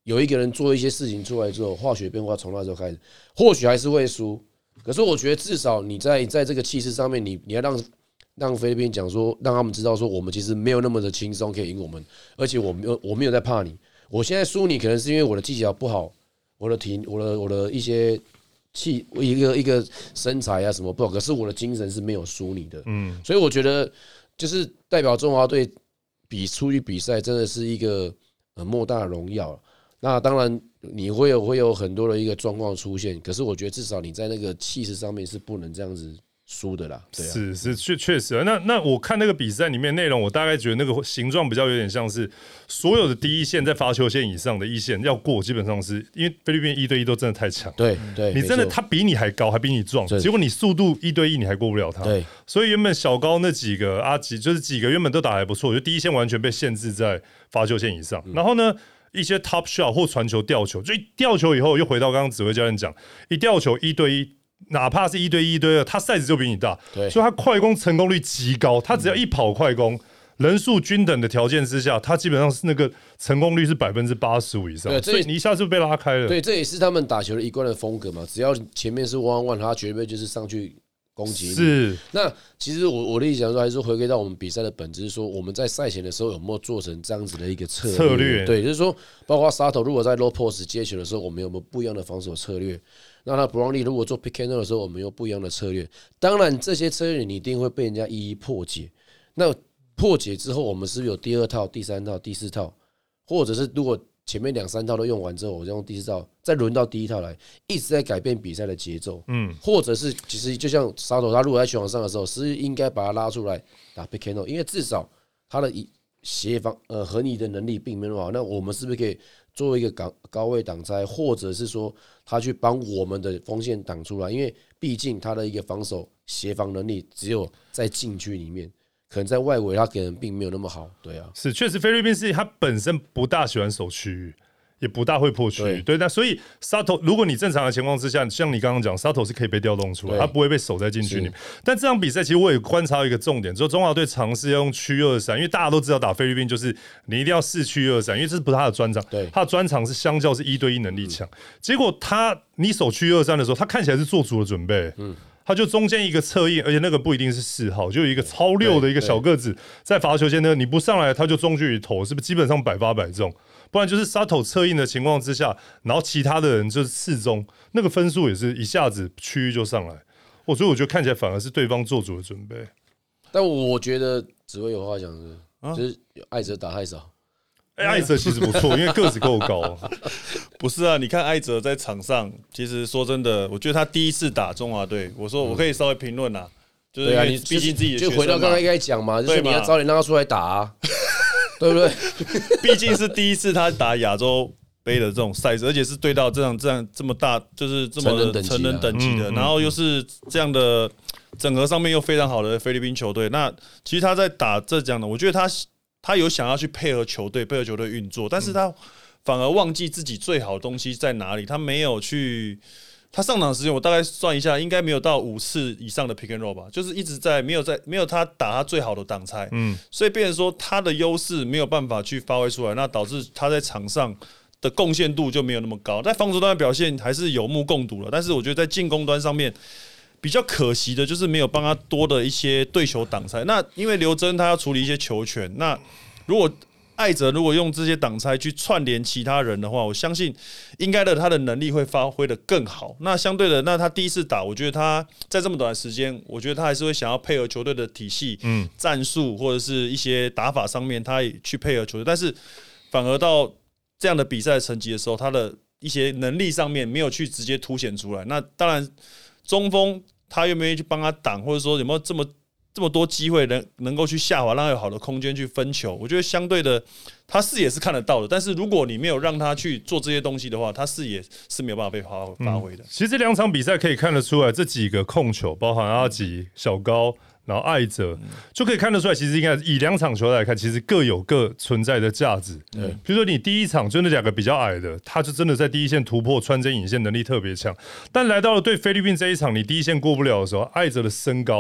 有一个人做一些事情出来之后，化学变化从那时候开始，或许还是会输。可是我觉得至少你在在这个气势上面，你你要让让菲律宾讲说，让他们知道说，我们其实没有那么的轻松可以赢我们，而且我没有我没有在怕你。我现在输你，可能是因为我的技巧不好，我的体我的我的一些气一个一个身材啊什么不好，可是我的精神是没有输你的。嗯，所以我觉得就是代表中华队比出去比赛，真的是一个呃莫大的荣耀。那当然，你会有会有很多的一个状况出现，可是我觉得至少你在那个气势上面是不能这样子输的啦。对啊， 是是确确实啊。那那我看那个比赛里面内容，我大概觉得那个形状比较有点像是所有的第一线在罚球线以上的一线要过，基本上是因为菲律宾一对一都真的太强。 对对， 你真的他比你还高，还比你壮，结果你速度一对一你还过不了他。 对， 所以原本小高那几个阿吉就是几个原本都打得还不错，就第一线完全被限制在罚球线以上，然后呢？一些 top shot 或传球吊球，就一吊球以后又回到刚刚指挥教练讲，一吊球一对一，哪怕是一对一、一对二，他 size 就比你大，所以他快攻成功率极高。他只要一跑快攻，人数均等的条件之下，他基本上是那个成功率是百分之八十五以上，所以你一下就被拉开了。 对，这也是他们打球的一贯的风格嘛。只要前面是 one one， 他绝对就是上去攻击你。 是， 那其实我我的意思讲说，还是回归到我们比赛的本质，是说我们在赛前的时候有没有做成这样子的一个策略？ 策略对，就是说，包括沙头如果在 low post 接球的时候，我们有没有不一样的防守策略？那他 Brownlee 如果做 pick and roll 的时候，我们有不一样的策略。当然，这些策略你一定会被人家一一破解。那破解之后，我们是不是有第二套、第三套、第四套，或者是如果前面两三套都用完之后，我再用第四套，再轮到第一套来，一直在改变比赛的节奏。嗯，或者是其实就像沙头，他如果在球场上的时候，是应该把他拉出来打 pick and roll， 因为至少他的协防呃和你的能力并没有那么好。那我们是不是可以做一个高高位挡拆，或者是说他去帮我们的锋线挡出来？因为毕竟他的一个防守协防能力只有在禁区里面。可能在外围，他可能并没有那么好，对啊， 是确实菲律宾是他本身不大喜欢守区域，也不大会破区域，对，那所以沙头，如果你正常的情况之下，像你刚刚讲，沙头是可以被调动出来，他不会被守在禁区里面。但这场比赛其实我也观察到一个重点，就是中华队尝试要用区二三，因为大家都知道打菲律宾就是你一定要四区二三，因为这是不是他的专长，他的专长是相较是一对一能力强。结果他你守区二三的时候，他看起来是做足了准备，嗯。他就中间一个侧翼，而且那个不一定是四号，就有一个超六的一个小个子在罚球线呢，你不上来他就中距离投，是不是基本上百发百中？不然就是沙头侧应的情况之下，然后其他的人就是次中，那个分数也是一下子区域就上来。我所以我觉得看起来反而是对方做足了准备。 但我觉得只会有话讲的，啊、就是艾哲打太少。 哎，艾哲其实不错，因为个子够高。 不是啊，你看艾哲在场上，其实说真的，我觉得他第一次打中华队，我说我可以稍微评论啦，就是因为毕竟自己的就回到刚刚应该讲嘛，就是你要早点让他出来打啊，对不对？ 毕竟是第一次他打亚洲杯的这种赛事，而且是对到这样这样这么大，就是这么成人等级的，然后又是这样的整合上面又非常好的菲律宾球队。那其实他在打这讲的，我觉得他。他有想要去配合球队，配合球队运作，但是他反而忘记自己最好的东西在哪里。他没有去，他上场时间我大概算一下，应该没有到五次以上的 pick and roll 吧，就是一直在没有在没有他打他最好的挡拆，嗯，所以变成说他的优势没有办法去发挥出来，那导致他在场上的贡献度就没有那么高。在防守端的表现还是有目共睹了，但是我觉得在进攻端上面。比较可惜的就是没有帮他多的一些对球挡拆。那因为刘真他要处理一些球权，那如果艾哲如果用这些挡拆去串联其他人的话，我相信应该的他的能力会发挥的更好。那相对的，那他第一次打，我觉得他在这么短的时间，我觉得他还是会想要配合球队的体系、嗯、战术或者是一些打法上面，他也去配合球队。但是反而到这样的比赛成绩的时候，他的一些能力上面没有去直接凸显出来。那当然，中锋。他愿不愿意去帮他挡，或者说有没有这么这么多机会能能够去下滑，让他有好的空间去分球？我觉得相对的，他视野是看得到的，但是如果你没有让他去做这些东西的话，他视野是没有办法被发发挥的、嗯。 其实这两场比赛可以看得出来，这几个控球，包含阿吉、小高。然后艾哲就可以看得出来，其实应该以两场球来看，其实各有各存在的价值。对，比如说你第一场就那两个比较矮的，他就真的在第一线突破穿针引线能力特别强。但来到了对菲律宾这一场，你第一线过不了的时候，艾哲的身高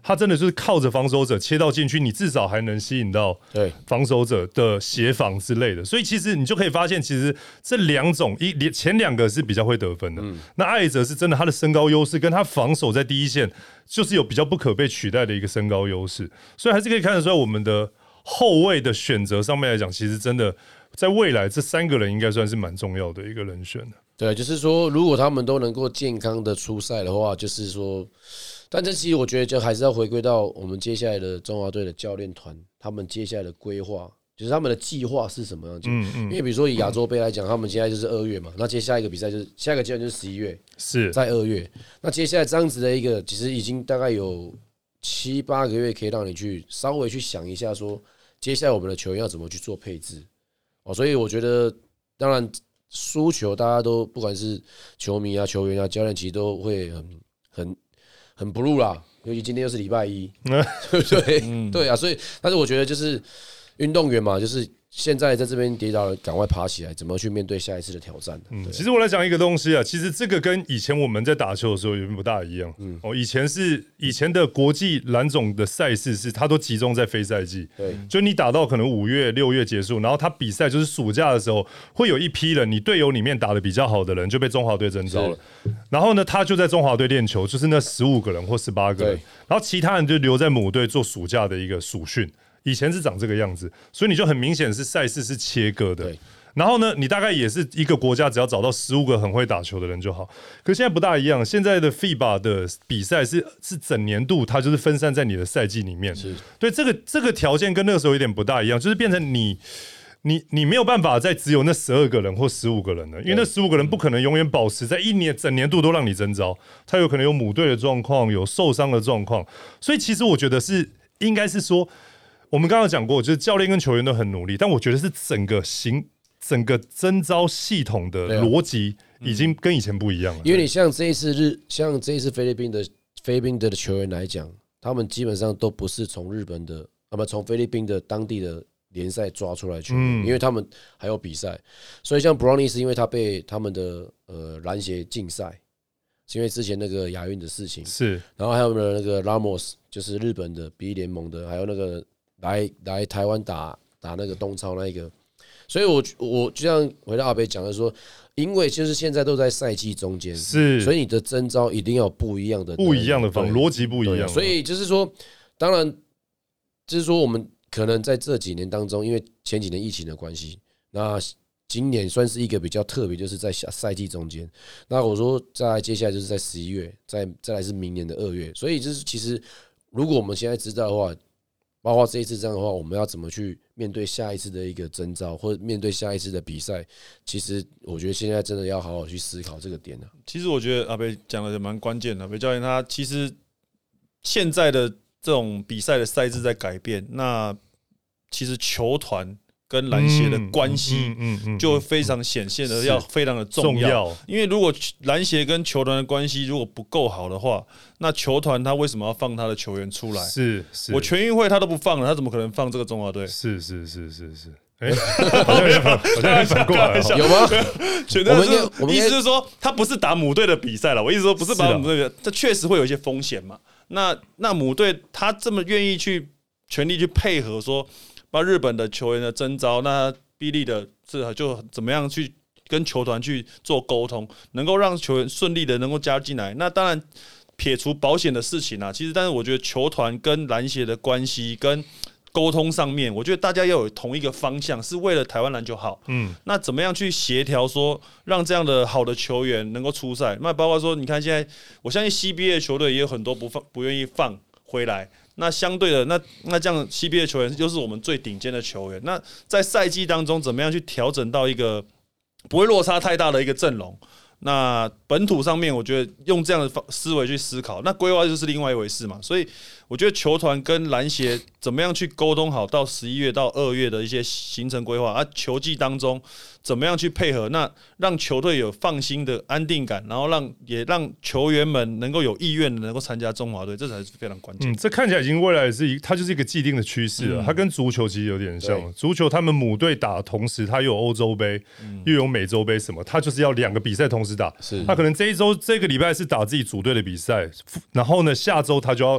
他真的就是靠着防守者切到禁区，你至少还能吸引到防守者的协防之类的。所以其实你就可以发现，其实这两种一前两个是比较会得分的，嗯、那艾哲是真的他的身高优势跟他防守在第一线就是有比较不可被取代的一个身高优势，所以还是可以看得出来我们的后卫的选择上面来讲，其实真的在未来这三个人应该算是蛮重要的一个人选的。 对，就是说，如果他们都能够健康的出赛的话，就是说。但这其实我觉得就还是要回归到我们接下来的中华队的教练团，他们接下来的规划，就是他们的计划是什么样子。嗯嗯。因为比如说以亚洲杯来讲，他们现在就是二月嘛，那接下来一个比赛就是下一个阶段就是十一月， 是在二月。那接下来这样子的一个，其实已经大概有七八个月可以让你去稍微去想一下，说接下来我们的球员要怎么去做配置。哦，所以我觉得，当然输球大家都不管是球迷啊、球员啊、教练，其实都会很很。很 blue 啦，尤其今天又是礼拜一，对不对？嗯、对啊，所以，但是我觉得就是运动员嘛，就是现在在这边跌倒了，赶快爬起来，怎么去面对下一次的挑战？ 嗯，其实我来讲一个东西啊，其实这个跟以前我们在打球的时候有点不大一样。嗯，哦，以前是以前的国际篮总的赛事是它都集中在非赛季，对，就你打到可能五月、六月结束，然后他比赛就是暑假的时候，会有一批人，你队友里面打得比较好的人就被中华队征召了，然后呢，他就在中华队练球，就是那十五个人或十八个人，然后其他人就留在母队做暑假的一个暑训。以前是长这个样子，所以你就很明显是赛事是切割的。然后呢，你大概也是一个国家，只要找到十五个很会打球的人就好。可是现在不大一样，现在的 F I B A 的比赛是是整年度，它就是分散在你的赛季里面。对，这个这个条件跟那个时候有点不大一样，就是变成你你你没有办法再只有那十二个人或十五个人了，因为那十五个人不可能永远保持在一年整年度都让你征召，他有可能有母队的状况，有受伤的状况，所以其实我觉得是应该是说。我们刚刚讲过，就是教练跟球员都很努力，但我觉得是整个行、整个征召系统的逻辑已经跟以前不一样了。 因为你像这一次日，像这一次菲律宾的菲律宾的球员来讲，他们基本上都不是从日本的，那么从菲律宾的当地的联赛抓出来球员，嗯、因为他们还有比赛，所以像 Brownie 是因为他被他们的呃篮协禁赛，是因为之前那个亚运的事情是， 然后还有那个 Ramos 就是日本的 B 联盟的，还有那个。来来台湾打打那个东超那一个，所以我我就像回到阿北讲的说，因为就是现在都在赛季中间， 是， 所以你的征召一定要有不一样的不一样的方逻辑不一样， 所以就是说，当然就是说我们可能在这几年当中，因为前几年疫情的关系，那今年算是一个比较特别，就是在赛季中间。那我说再接下来就是在十一月，再再来是明年的二月，所以就是其实如果我们现在知道的话。包括这一次这样的话，我们要怎么去面对下一次的一个征召，或者面对下一次的比赛？其实我觉得现在真的要好好去思考这个点了。 其实我觉得阿北讲的也蛮关键的，阿北教练他其实现在的这种比赛的赛制在改变，那其实球团跟篮协的关系就非常显现的要非常的重要，因为如果篮协跟球团的关系如果不够好的话，那球团他为什么要放他的球员出来？ 是是， 我全运会他都不放了，他怎么可能放这个中华队？ 是是是是是，哎、欸，好像好像反过来有吗？ 觉得是意思是说，他不是打母队的比赛了。我意思说不是打母队的，这确实会有一些风险嘛。那那母队他这么愿意去全力去配合说。把日本的球员的征召，那比利的是就怎么样去跟球团去做沟通，能够让球员顺利的能够加入进来。那当然撇除保险的事情啊，其实但是我觉得球团跟篮协的关系跟沟通上面，我觉得大家要有同一个方向，是为了台湾篮球好。嗯，那怎么样去协调说让这样的好的球员能够出赛？那包括说，你看现在，我相信 C B A 的球队也有很多不放不愿意放回来。那相对的，那那这样 C B A 球员就是我们最顶尖的球员。那在赛季当中，怎么样去调整到一个不会落差太大的一个阵容？那本土上面，我觉得用这样的思维去思考，那规划就是另外一回事嘛。所以我觉得球团跟篮协怎么样去沟通好，到十一月到二月的一些行程规划啊，球季当中怎么样去配合，那让球队有放心的安定感，然后让也让球员们能够有意愿能够参加中华队，这才是非常关键。 嗯，这看起来已经未来是一，它就是一个既定的趋势了。嗯、它跟足球其实有点像，足球他们母队打的同时，它又有欧洲杯，嗯、又有美洲杯什么，它就是要两个比赛同时打。他可能这一周这个礼拜是打自己组队的比赛，然后呢下周他就要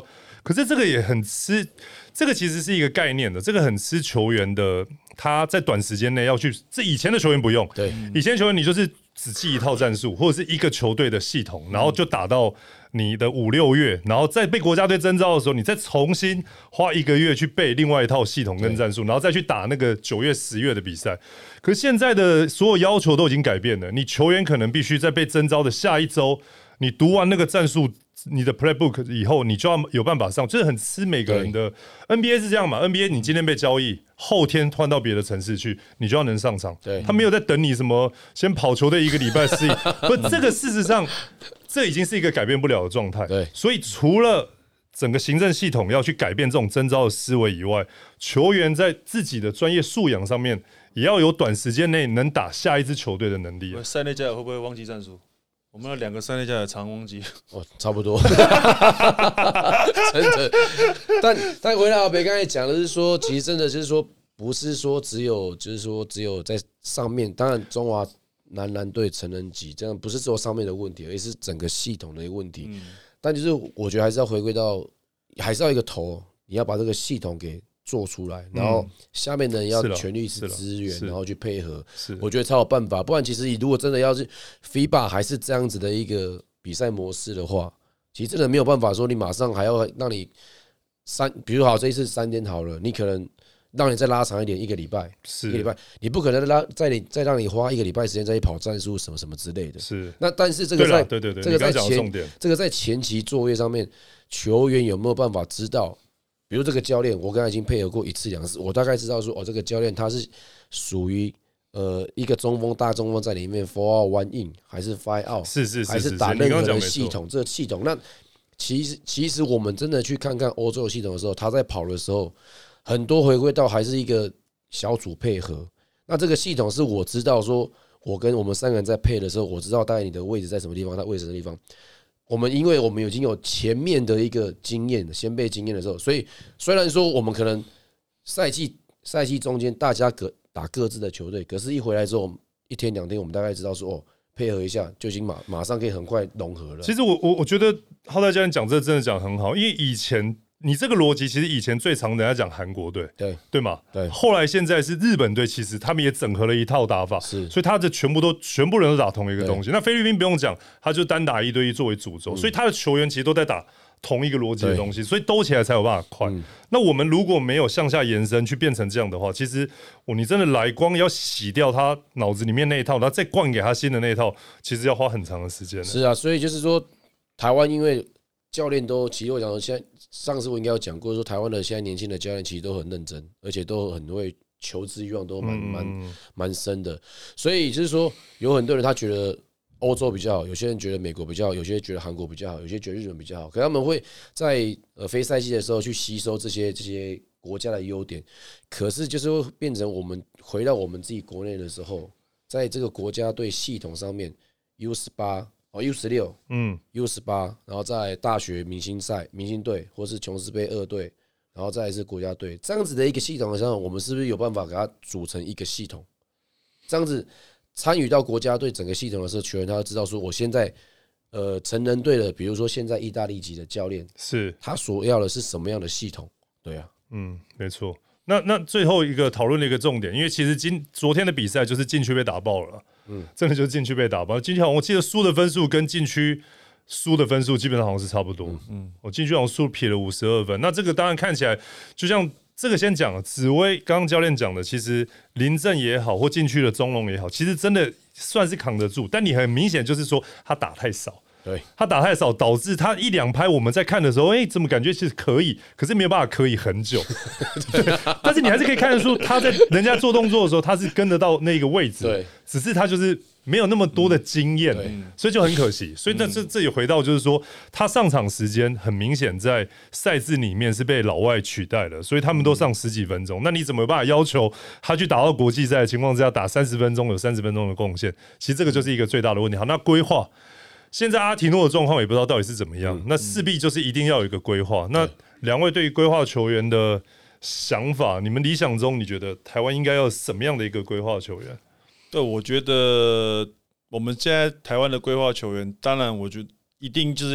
可是这个也很吃，这个其实是一个概念的，这个很吃球员的，他在短时间内要去，这以前的球员不用， 对， 以前球员你就是只记一套战术或者是一个球队的系统，然后就打到你的五六月，然后在被国家队征召的时候，你再重新花一个月去背另外一套系统跟战术，然后再去打那个九月、十月的比赛。可是现在的所有要求都已经改变了，你球员可能必须在被征召的下一周，你读完那个战术。你的 playbook 以后，你就要有办法上，就是很吃每个人的。N B A 是这样嘛 ？N B A 你今天被交易，后天换到别的城市去，你就要能上场。 对， 他没有在等你什么，先跑球队一个礼拜适应。不，这个事实上，这已经是一个改变不了的状态。 对， 所以除了整个行政系统要去改变这种征召的思维以外，球员在自己的专业素养上面，也要有短时间内能打下一支球队的能力。 赛内加尔会不会忘记战术？我们有两个赛内加尔常忘记哦，差不多，真的。但但回来阿北刚才讲的是说，其实真的就是说，不是说只有就是说只有在上面，当然中华男篮队成人级这样不是只有上面的问题，而是整个系统的一个问题。嗯、但就是我觉得还是要回归到，还是要一个头，你要把这个系统给做出来，然后下面的人要全力去支援，然后去配合，我觉得才有办法。不然，其实如果真的要是 F I B A 还是这样子的一个比赛模式的话，其实真的没有办法说你马上还要让你三，比如好这一次三天好了，你可能让你再拉长一点，一个礼拜，一个礼拜，你不可能拉再你再让你花一个礼拜时间再去跑战术什么什么之类的。 是， 那但是这个在对对对， 这个在前这个在前期作业上面，球员有没有办法知道？比如这个教练，我跟他已经配合过一次两次，我大概知道说，哦，这个教练他是属于呃一个中锋大中锋在里面 four out one in 还是 five out， 是是是， 还是打任何的系统，这个系统。那其实其实我们真的去看看欧洲的系统的时候，他在跑的时候，很多回归到还是一个小组配合。那这个系统是我知道说，我跟我们三个人在配的时候，我知道大概你的位置在什么地方，他位置的地方。我们因为我们已经有前面的一个经验，先辈经验的时候，所以虽然说我们可能赛季赛季中间大家各打各自的球队，可是一回来之后一天两天，我们大概知道说哦，配合一下就已经马马上可以很快融合了。 其实我我我觉得浩代教练讲这真的讲很好，因为以前你这个逻辑其实以前最常人家讲韩国队， 对对嘛， 对。 后来现在是日本队，其实他们也整合了一套打法， 是， 所以他的全部都全部人都打同一个东西。那菲律宾不用讲，他就单打一对一作为主轴，嗯、所以他的球员其实都在打同一个逻辑的东西，所以兜起来才有办法快。嗯、那我们如果没有向下延伸去变成这样的话，其实哦，你真的来光要洗掉他脑子里面那一套，然后再灌给他新的那一套，其实要花很长的时间。 是啊，所以就是说，台湾因为教练都，其实我讲说，现在上次我应该有讲过，说台湾的现在年轻的教练其实都很认真，而且都很会求知欲望都蛮蛮蛮深的。所以就是说，有很多人他觉得欧洲比较好，有些人觉得美国比较好，有些人觉得韩国比较好，有些人觉得日本比较好。可他们会在呃非赛季的时候去吸收这些这些国家的优点，可是就是会变成我们回到我们自己国内的时候，在这个国家队系统上面 U 十八。哦 ，U 十六，嗯 ，U 十八，然后在大学明星赛、明星队，或是琼斯杯二队，然后再来是国家队，这样子的一个系统上，我们是不是有办法给它组成一个系统？这样子参与到国家队整个系统的时候，球员他要知道说，我现在呃成人队的，比如说现在意大利籍的教练， 是他所要的是什么样的系统？对啊， 嗯，没错。那那最后一个讨论的一个重点，因为其实今昨天的比赛就是禁区被打爆了。嗯，真的就是禁区被打爆。禁区好像我记得输的分数跟禁区输的分数基本上好像是差不多。嗯，我禁区好像输撇了五十二分。那这个当然看起来就像这个先讲了，紫薇刚刚教练讲的，其实林振也好，或禁区的中龙也好，其实真的算是扛得住。但你很明显就是说他打太少。 对， 他打太少，导致他一两拍我们在看的时候，哎、欸，怎么感觉其实可以，可是没有办法可以很久。对，但是你还是可以看得出他在人家做动作的时候，他是跟得到那个位置。 对， 只是他就是没有那么多的经验、嗯，所以就很可惜。所以这这这也回到就是说，他上场时间很明显在赛制里面是被老外取代了，所以他们都上十几分钟。那你怎么有办法要求他去打到国际赛的情况之下打三十分钟有三十分钟的贡献？其实这个就是一个最大的问题。好，那规划。现在阿提诺的状况也不知道到底是怎么样，嗯、那势必就是一定要有一个规划。那两位对于规划球员的想法，你们理想中你觉得台湾应该要什么样的一个规划球员？ 对，我觉得我们现在台湾的规划球员，当然我觉得一定就是要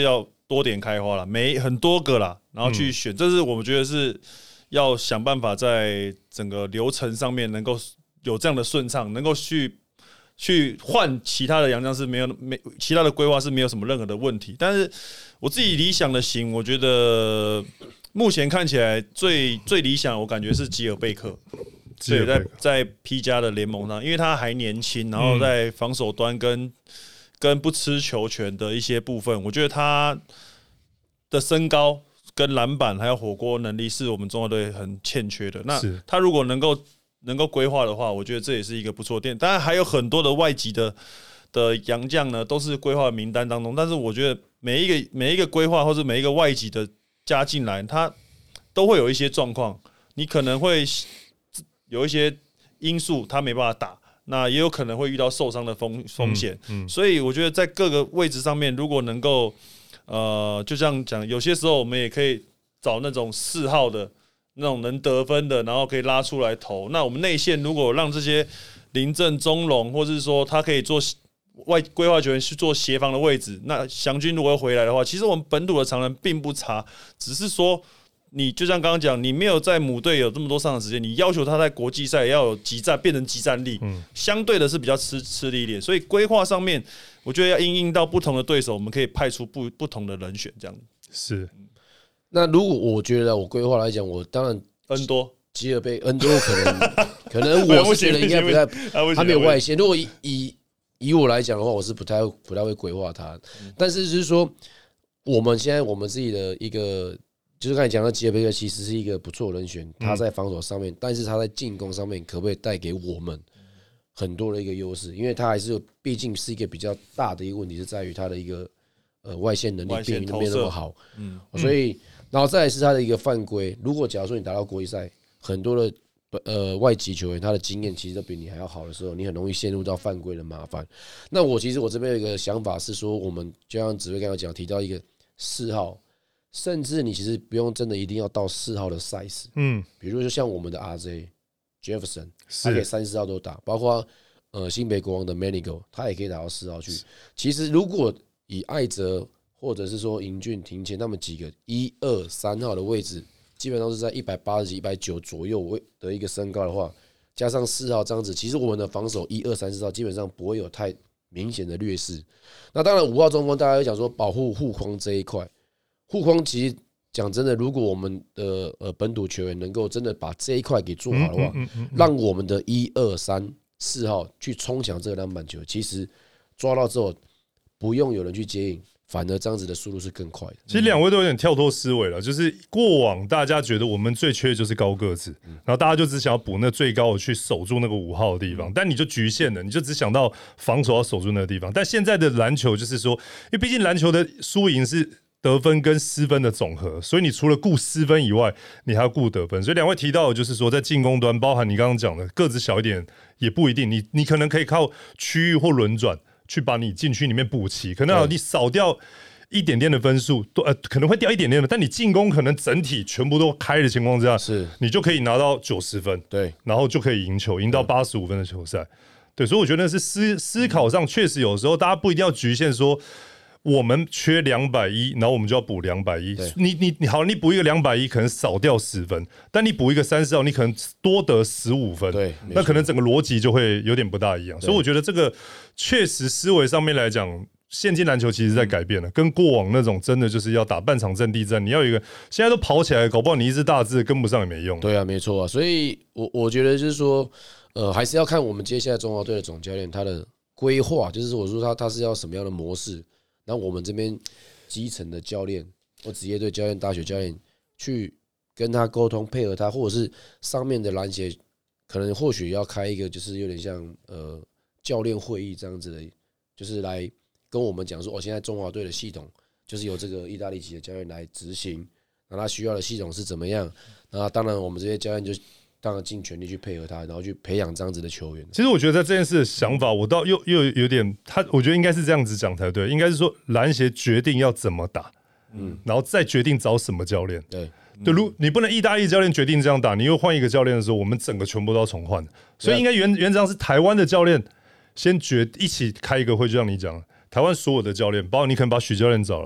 多点开花了，每很多个啦，然后去选，嗯、这是我们觉得是要想办法在整个流程上面能够有这样的顺畅，能够去去换其他的洋将是没有没其他的规划是没有什么任何的问题。但是我自己理想的型，我觉得目前看起来最最理想，我感觉是吉尔贝克。对，在在 P 加的联盟上，因为他还年轻，然后在防守端跟、嗯、跟不吃球权的一些部分，我觉得他的身高跟篮板还有火锅能力是我们中华队很欠缺的。那他如果能够能够规划的话，我觉得这也是一个不错的点。当然还有很多的外籍的的洋将呢，都是规划名单当中，但是我觉得每一个每一个规划或者每一个外籍的加进来，他都会有一些状况，你可能会。有一些因素他没办法打，那也有可能会遇到受伤的风风险、嗯嗯，所以我觉得在各个位置上面，如果能够呃，就这样讲，有些时候我们也可以找那种四号的那种能得分的，然后可以拉出来投。那我们内线如果让这些林振、中龙，或是说他可以做外规划球员去做协防的位置，那翔军如果回来的话，其实我们本土的常人并不差，只是说。你就像刚刚讲，你没有在母队有这么多上场时间，你要求他在国际赛要有集战变成集战力，嗯、相对的是比较吃吃力一点。所以规划上面，我觉得要因应到不同的对手，我们可以派出不不同的人选，这样是。 那如果我觉得我规划来讲，我当然 N 多吉尔贝 N 多可能可能我是觉得应该不太，他没有外线。如果以以以我来讲的话，我是不太不太会规划他，嗯、但是就是说，我们现在我们自己的一个。就是刚才讲到吉尔贝克其实是一个不错的人选，他在防守上面，但是他在进攻上面可不可以带给我们很多的一个优势？因为他还是毕竟是一个比较大的一个问题，是在于他的一个呃外线能力并没有那么好，嗯，所以然后再来是他的一个犯规。如果假如说你打到国际赛，很多的呃外籍球员他的经验其实都比你还要好的时候，你很容易陷入到犯规的麻烦。那我其实我这边有一个想法是说，我们就像指挥刚刚讲提到一个四号。甚至你其实不用真的一定要到四号的 size， 嗯，比如说像我们的 R J Jefferson， 他可以三四号都打，包括呃新北国王的 Manigo， 他也可以打到四号去。其实如果以艾哲或者是说尹俊、庭前他们几个一二三号的位置，基本上是在一百八十、一百九左右的一个身高的话，加上四号这样子，其实我们的防守一二三四号基本上不会有太明显的劣势。那当然五号中锋，大家会讲说保护护框这一块。护框其实讲真的，如果我们的呃本土球员能够真的把这一块给做好的话，让我们的一二三四号去冲抢这个篮板球，其实抓到之后不用有人去接应，反而这样子的速度是更快的。 其实两位都有点跳脱思维了，就是过往大家觉得我们最缺的就是高个子，然后大家就只想要补那最高的去守住那个五号的地方，但你就局限了，你就只想到防守要守住那个地方。但现在的篮球就是说，因为毕竟篮球的输赢是得分跟失分的总和，所以你除了顾失分以外，你还要顾得分。所以两位提到的就是说，在进攻端，包含你刚刚讲的个子小一点也不一定，你你可能可以靠区域或轮转去把你禁区里面补齐，可能你少掉一点点的分数，呃，可能会掉一点点的，但你进攻可能整体全部都开的情况之下， 是你就可以拿到九十分， 对， 然后就可以赢球，赢到八十五分的球赛。对，所以我觉得是思思考上确实有时候大家不一定要局限说。我们缺两百一，然后我们就要补两百一。你你你好，你补一个两百一，可能少掉十分，但你补一个三十号，你可能多得十五分。 对， 那可能整个逻辑就会有点不大一样。所以我觉得这个确实思维上面来讲，现今篮球其实在改变了，跟过往那种真的就是要打半场阵地战，你要有一个现在都跑起来，搞不好你一支大字跟不上也没用。 对啊，没错啊。所以我我觉得就是说，呃，还是要看我们接下来中华队的总教练他的规划，就是我说他他是要什么样的模式。那我们这边基层的教练或职业队教练、大学教练去跟他沟通，配合他，或者是上面的篮协可能或许要开一个，就是有点像呃教练会议这样子的，就是来跟我们讲说，哦，现在中华队的系统就是由这个意大利籍的教练来执行，那他需要的系统是怎么样？那当然我们这些教练就。当然尽全力去配合他，然后去培养这样子的球员。 其实我觉得在这件事的想法，我倒又又有点，他我觉得应该是这样子讲才对，应该是说篮协决定要怎么打，嗯，然后再决定找什么教练。 对， 对，如你不能意大利教练决定这样打，你又换一个教练的时候，我们整个全部都要重换。所以应该原原则上是台湾的教练先决一起开一个会，就像你讲，台湾所有的教练，包括你可能把许教练找来。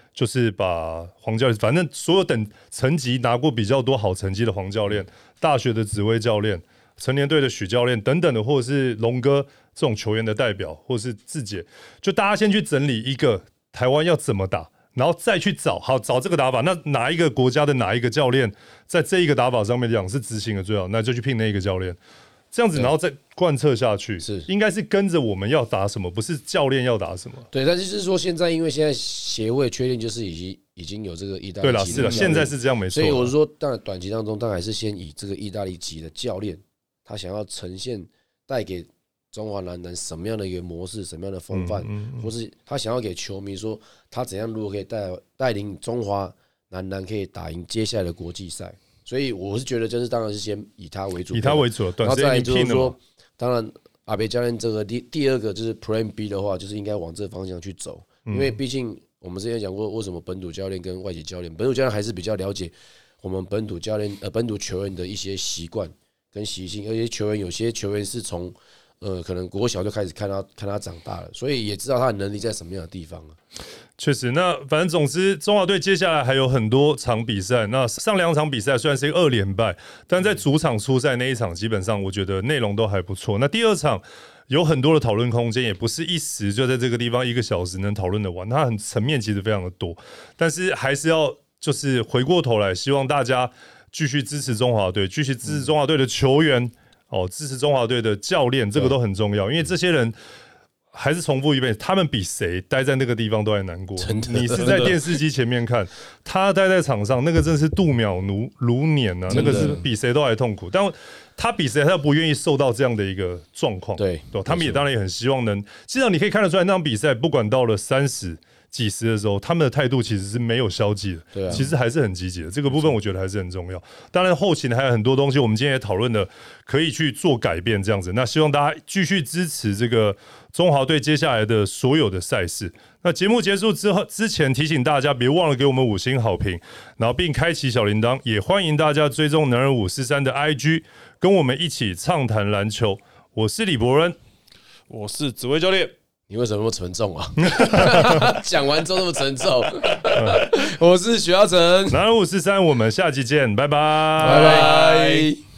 就是把黄教练，反正所有等层级拿过比较多好成绩的黄教练，大学的紫薇教练，成年队的许教练等等的，或者是龙哥这种球员的代表，或者是志杰，就大家先去整理一个台湾要怎么打，然后再去找好找这个打法。那哪一个国家的哪一个教练在这一个打法上面讲是执行的最好，那就去聘那一个教练。这样子，然后再贯彻下去，是应该是跟着我们要打什么，不是教练要打什么。 对，但就是说，现在因为现在协会确定就是已经已经有这个意大利对了，是了，现在是这样没错。 所以我是说，当然短期当中，当然还是先以这个意大利籍的教练，他想要呈现带给中华男篮什么样的一个模式，什么样的风范，嗯嗯嗯、或是他想要给球迷说他怎样如果可以带带领中华男篮可以打赢接下来的国际赛。所以我是觉得，就是当然是先以他为主， 以他为主， 然后再来就是说，当然阿北教练这个第第二个就是 Plan B 的话，就是应该往这个方向去走，因为毕竟我们之前讲过，为什么本土教练跟外籍教练，本土教练还是比较了解我们本土教练呃本土球员的一些习惯跟习性，而且球员有些球员是从呃可能国小就开始看他看他长大了，所以也知道他的能力在什么样的地方啊。 确实，那反正总之，中华队接下来还有很多场比赛。那上两场比赛虽然是一个二连败，但在主场出赛那一场，基本上我觉得内容都还不错。那第二场有很多的讨论空间，也不是一时就在这个地方一个小时能讨论的完，它很层面其实非常的多。但是还是要就是回过头来，希望大家继续支持中华队，继续支持中华队的球员哦，支持中华队的教练，这个都很重要，因为这些人。还是重复一遍，他们比谁待在那个地方都还难过。你是在电视机前面看，他待在场上，那个真是度秒如如年啊，那个是比谁都还痛苦。但他比谁，他不愿意受到这样的一个状况。 对， 对，他们也当然也很希望能。至少你可以看得出来，那场比赛不管到了三十几十的时候，他们的态度其实是没有消极的，对啊，其实还是很积极的。这个部分我觉得还是很重要。当然，后勤还有很多东西，我们今天也讨论的，可以去做改变，这样子。那希望大家继续支持这个中华队接下来的所有的赛事。那节目结束之后，之前提醒大家别忘了给我们五星好评，然后并开启小铃铛，也欢迎大家追踪男人五四三的 I G， 跟我们一起畅谈篮球。我是李伯恩， 我是紫薇教练。 你为什么那么沉重啊？讲完之后那么沉重。我是许耀成， 男人五四三，我们下期见，拜拜， 拜拜。